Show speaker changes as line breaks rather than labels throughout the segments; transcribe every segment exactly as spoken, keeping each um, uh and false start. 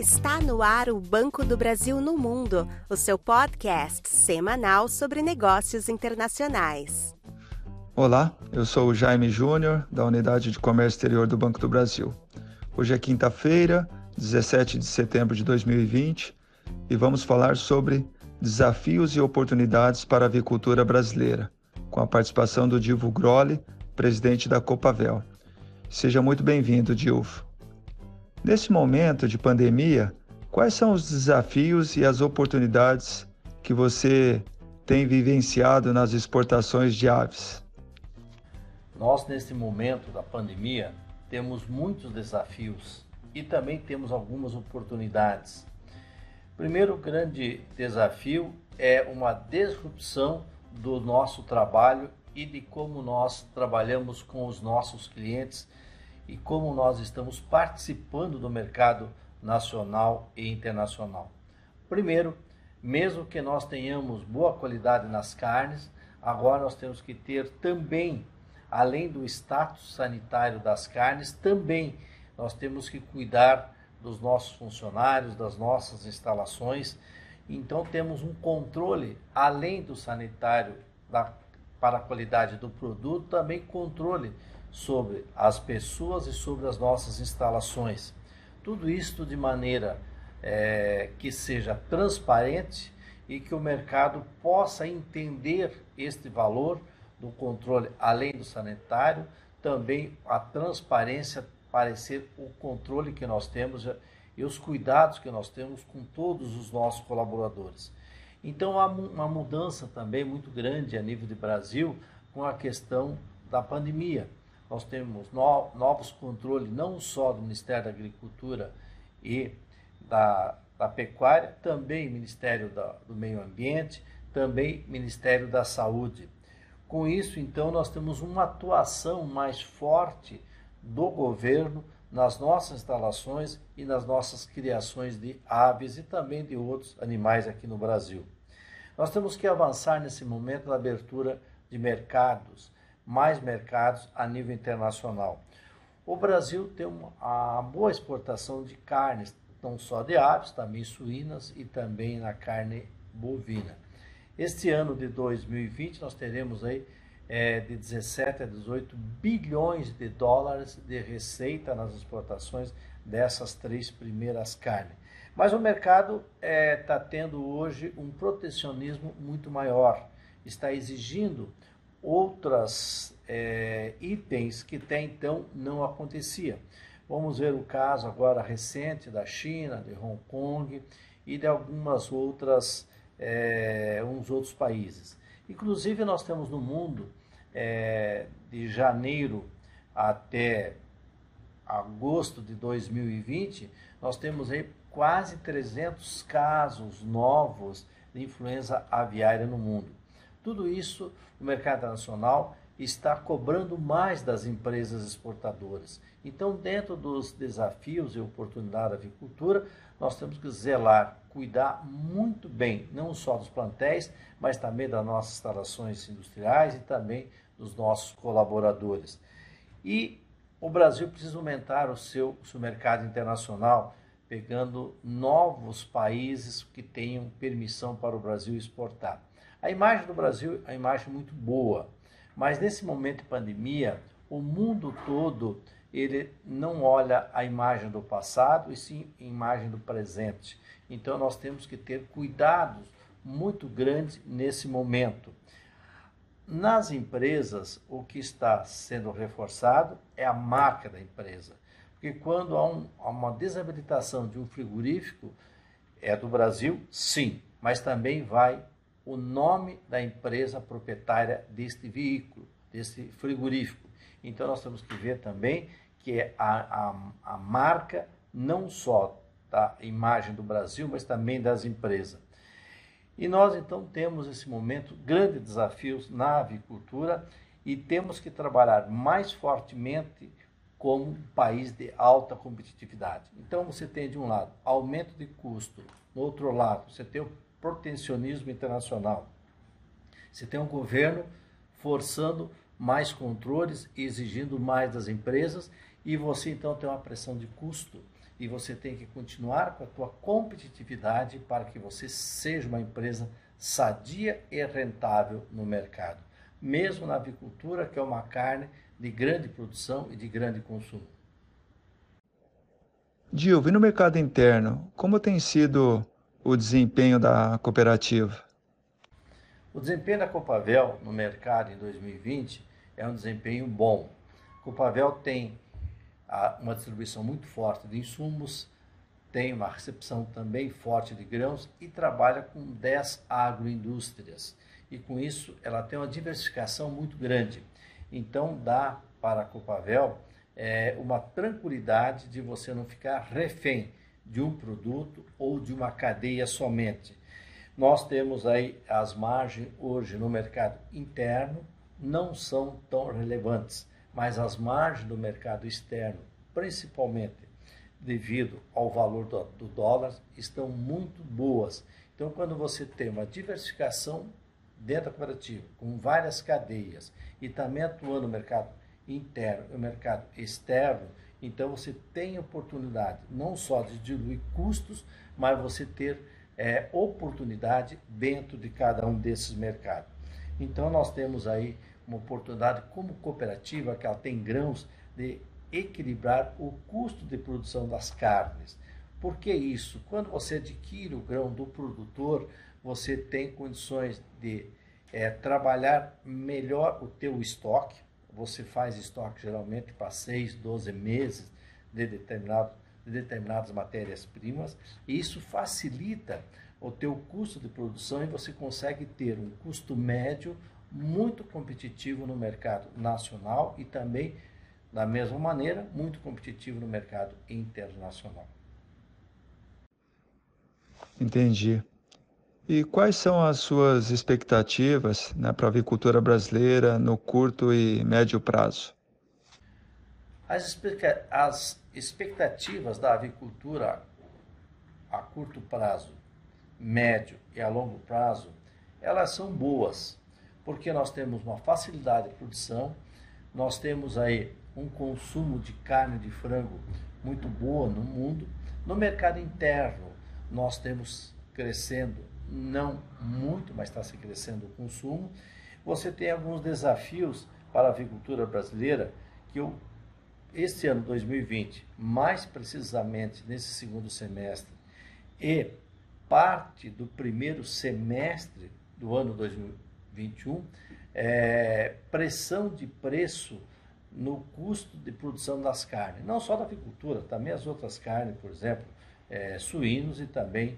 Está no ar o Banco do Brasil no Mundo, o seu podcast semanal sobre negócios internacionais.
Olá, eu sou o Jaime Júnior, da Unidade de Comércio Exterior do Banco do Brasil. Hoje é quinta-feira, dezessete de setembro de dois mil e vinte, e vamos falar sobre desafios e oportunidades para a avicultura brasileira, com a participação do Dilvo Grolli, presidente da Copavel. Seja muito bem-vindo, Dilvo. Nesse momento de pandemia, quais são os desafios e as oportunidades que você tem vivenciado nas exportações de aves?
Nós, nesse momento da pandemia, temos muitos desafios e também temos algumas oportunidades. O primeiro grande desafio é uma disrupção do nosso trabalho e de como nós trabalhamos com os nossos clientes e como nós estamos participando do mercado nacional e internacional. Primeiro, mesmo que nós tenhamos boa qualidade nas carnes, agora nós temos que ter também, além do status sanitário das carnes, também nós temos que cuidar dos nossos funcionários, das nossas instalações. Então temos um controle, além do sanitário da, para a qualidade do produto, também controle sobre as pessoas e sobre as nossas instalações. Tudo isto de maneira é, que seja transparente e que o mercado possa entender este valor do controle, além do sanitário, também a transparência parecer o controle que nós temos e os cuidados que nós temos com todos os nossos colaboradores. Então há uma mudança também muito grande a nível de Brasil com a questão da pandemia. Nós temos no, novos controles não só do Ministério da Agricultura e da, da Pecuária, também Ministério da, do Meio Ambiente, também Ministério da Saúde. Com isso, então, nós temos uma atuação mais forte do governo nas nossas instalações e nas nossas criações de aves e também de outros animais aqui no Brasil. Nós temos que avançar nesse momento na abertura de mercados, mais mercados a nível internacional. O Brasil tem uma a boa exportação de carnes, não só de aves, também suínas e também na carne bovina. Este ano de dois mil e vinte nós teremos aí é, de dezessete a dezoito bilhões de dólares de receita nas exportações dessas três primeiras carnes. Mas o mercado está é, tendo hoje um protecionismo muito maior, está exigindo outros é, itens que até então não acontecia. Vamos ver o caso agora recente da China, de Hong Kong e de algumas outras, é, uns outros países. Inclusive nós temos no mundo, é, de janeiro até agosto de dois mil e vinte, nós temos aí quase trezentos casos novos de influenza aviária no mundo. Tudo isso, o mercado internacional está cobrando mais das empresas exportadoras. Então, dentro dos desafios e oportunidades da avicultura, nós temos que zelar, cuidar muito bem, não só dos plantéis, mas também das nossas instalações industriais e também dos nossos colaboradores. E o Brasil precisa aumentar o seu, o seu mercado internacional, pegando novos países que tenham permissão para o Brasil exportar. A imagem do Brasil é uma imagem muito boa, mas nesse momento de pandemia, o mundo todo ele não olha a imagem do passado, e sim a imagem do presente. Então nós temos que ter cuidados muito grandes nesse momento. Nas empresas, o que está sendo reforçado é a marca da empresa, porque quando há, um, há uma desabilitação de um frigorífico, é do Brasil, sim, mas também vai o nome da empresa proprietária deste veículo, deste frigorífico. Então nós temos que ver também que a, a, a marca não só da imagem do Brasil, mas também das empresas. E nós então temos nesse momento grandes desafios na avicultura e temos que trabalhar mais fortemente como um país de alta competitividade. Então você tem de um lado aumento de custo, do outro lado você tem o protecionismo internacional. Você tem um governo forçando mais controles e exigindo mais das empresas e você então tem uma pressão de custo e você tem que continuar com a tua competitividade para que você seja uma empresa sadia e rentável no mercado, mesmo na avicultura, que é uma carne de grande produção e de grande consumo.
Dilva, e no mercado interno, como tem sido o desempenho da cooperativa?
O desempenho da Copavel no mercado em dois mil e vinte é um desempenho bom. A Copavel tem uma distribuição muito forte de insumos, tem uma recepção também forte de grãos e trabalha com dez agroindústrias. E com isso ela tem uma diversificação muito grande. Então dá para a Copavel é, uma tranquilidade de você não ficar refém de um produto ou de uma cadeia somente. Nós temos aí as margens hoje no mercado interno, não são tão relevantes, mas as margens do mercado externo, principalmente devido ao valor do, do dólar, estão muito boas. Então, quando você tem uma diversificação dentro da cooperativa, com várias cadeias, e também atuando no mercado interno e no mercado externo, então você tem oportunidade não só de diluir custos, mas você ter é, oportunidade dentro de cada um desses mercados. Então, nós temos aí uma oportunidade como cooperativa, que ela tem grãos, de equilibrar o custo de produção das carnes. Por que isso? Quando você adquire o grão do produtor, você tem condições de é, trabalhar melhor o teu estoque. Você faz estoque geralmente para seis, doze meses de, determinado, de determinadas matérias-primas, e isso facilita o teu custo de produção e você consegue ter um custo médio muito competitivo no mercado nacional e também, da mesma maneira, muito competitivo no mercado internacional.
Entendi. E quais são as suas expectativas, né, para a avicultura brasileira no curto e médio prazo?
As, as expectativas da avicultura a curto prazo, médio e a longo prazo, elas são boas, porque nós temos uma facilidade de produção, nós temos aí um consumo de carne de frango muito boa no mundo. No mercado interno, nós temos crescendo, não muito, mas está se crescendo o consumo. Você tem alguns desafios para a avicultura brasileira, que eu, este ano dois mil e vinte, mais precisamente nesse segundo semestre, e parte do primeiro semestre do ano dois mil e vinte e um, é, pressão de preço no custo de produção das carnes, não só da avicultura, também as outras carnes, por exemplo, é, suínos e também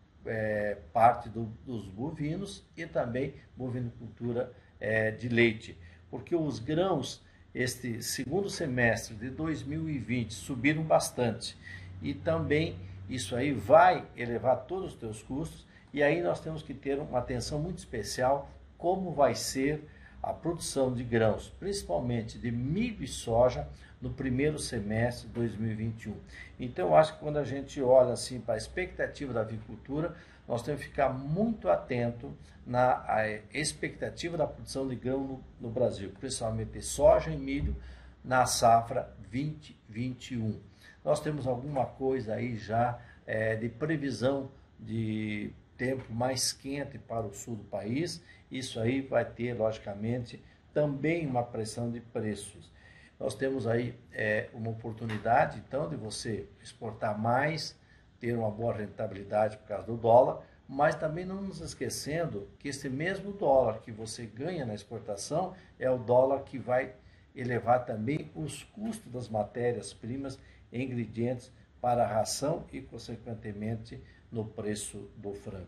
é, parte do, dos bovinos e também bovinocultura é, de leite, porque os grãos, este segundo semestre de dois mil e vinte, subiram bastante e também isso aí vai elevar todos os teus custos e aí nós temos que ter uma atenção muito especial como vai ser a produção de grãos, principalmente de milho e soja, no primeiro semestre de dois mil e vinte e um. Então, eu acho que quando a gente olha assim para a expectativa da avicultura, nós temos que ficar muito atento na expectativa da produção de grão no, no Brasil, principalmente de soja e milho na safra vinte vinte e um. Nós temos alguma coisa aí já é, de previsão de tempo mais quente para o sul do país. Isso aí vai ter, logicamente, também uma pressão de preços. Nós temos aí é, uma oportunidade, então, de você exportar mais, ter uma boa rentabilidade por causa do dólar, mas também não nos esquecendo que esse mesmo dólar que você ganha na exportação é o dólar que vai elevar também os custos das matérias-primas e ingredientes para a ração e, consequentemente, no preço do frango.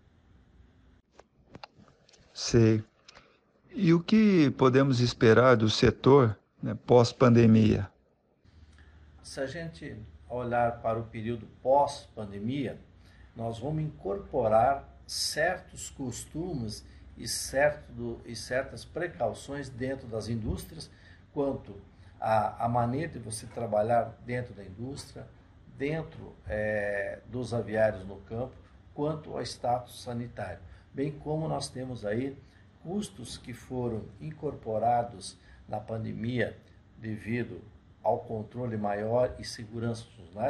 Sei. E o que podemos esperar do setor, né, pós-pandemia?
Se a gente olhar para o período pós-pandemia, nós vamos incorporar certos costumes e, certo, e certas precauções dentro das indústrias, quanto à, à maneira de você trabalhar dentro da indústria, dentro é, dos aviários no campo, quanto ao status sanitário. Bem como nós temos aí custos que foram incorporados na pandemia devido ao controle maior e segurança do funcionário,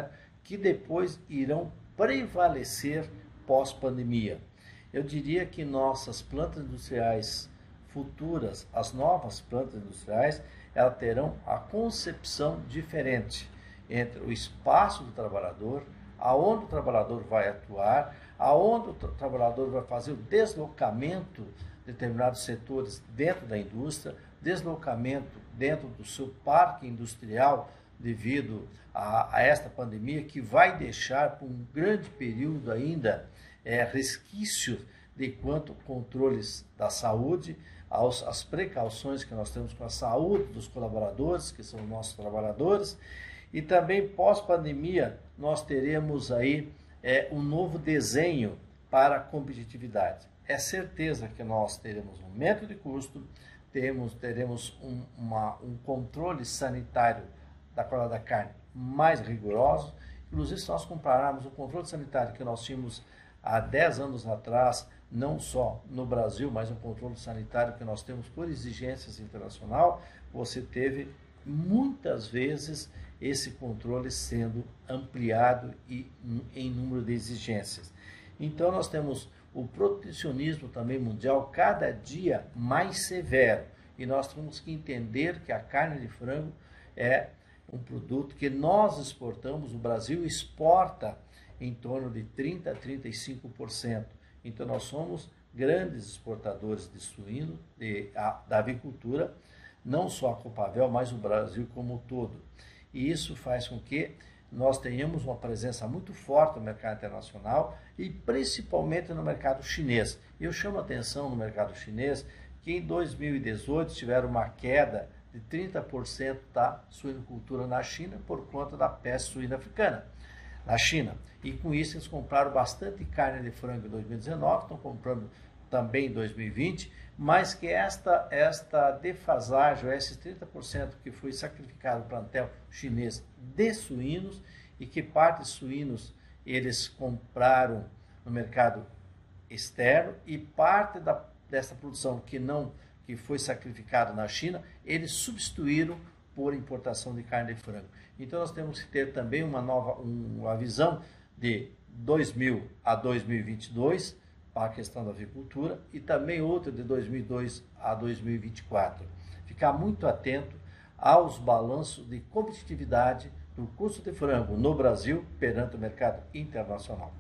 que depois irão prevalecer pós-pandemia. Eu diria que nossas plantas industriais futuras, as novas plantas industriais, elas terão a concepção diferente entre o espaço do trabalhador, aonde o trabalhador vai atuar, aonde o tra- trabalhador vai fazer o deslocamento de determinados setores dentro da indústria, deslocamento dentro do seu parque industrial devido a, a esta pandemia, que vai deixar por um grande período ainda é, resquícios de quanto controles da saúde, aos, as precauções que nós temos com a saúde dos colaboradores, que são nossos trabalhadores, e também pós-pandemia nós teremos aí é, um novo desenho para a competitividade. É certeza que nós teremos um aumento de custo, temos, teremos um, uma, um controle sanitário da qualidade da carne mais rigoroso. Inclusive, se nós compararmos o controle sanitário que nós tínhamos há dez anos atrás, não só no Brasil, mas um controle sanitário que nós temos por exigências internacional, você teve muitas vezes esse controle sendo ampliado e em número de exigências. Então nós temos o protecionismo também mundial cada dia mais severo, e nós temos que entender que a carne de frango é um produto que nós exportamos, o Brasil exporta em torno de trinta a trinta e cinco por cento. Então nós somos grandes exportadores de suíno, de, a, da avicultura, não só a Copavel, mas o Brasil como um todo. E isso faz com que nós tenhamos uma presença muito forte no mercado internacional e principalmente no mercado chinês. Eu chamo a atenção no mercado chinês que em dois mil e dezoito tiveram uma queda de trinta por cento da suinocultura na China por conta da peste suína africana na China. E com isso eles compraram bastante carne de frango em dois mil e dezenove, estão comprando também em dois mil e vinte, mas que esta, esta defasagem, esses trinta por cento que foi sacrificado no plantel chinês de suínos, e que parte de suínos eles compraram no mercado externo, e parte da, dessa produção que não que foi sacrificada na China, eles substituíram por importação de carne de frango. Então nós temos que ter também uma nova uma visão de dois mil a dois mil e vinte e dois para a questão da avicultura, e também outra de dois mil e dois a dois mil e vinte e quatro. Ficar muito atento aos balanços de competitividade do custo de frango no Brasil perante o mercado internacional.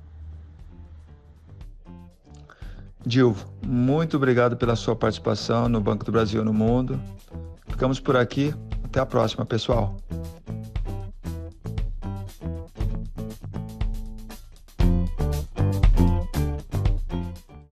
Dilvo, muito obrigado pela sua participação no Banco do Brasil no Mundo. Ficamos por aqui. Até a próxima, pessoal.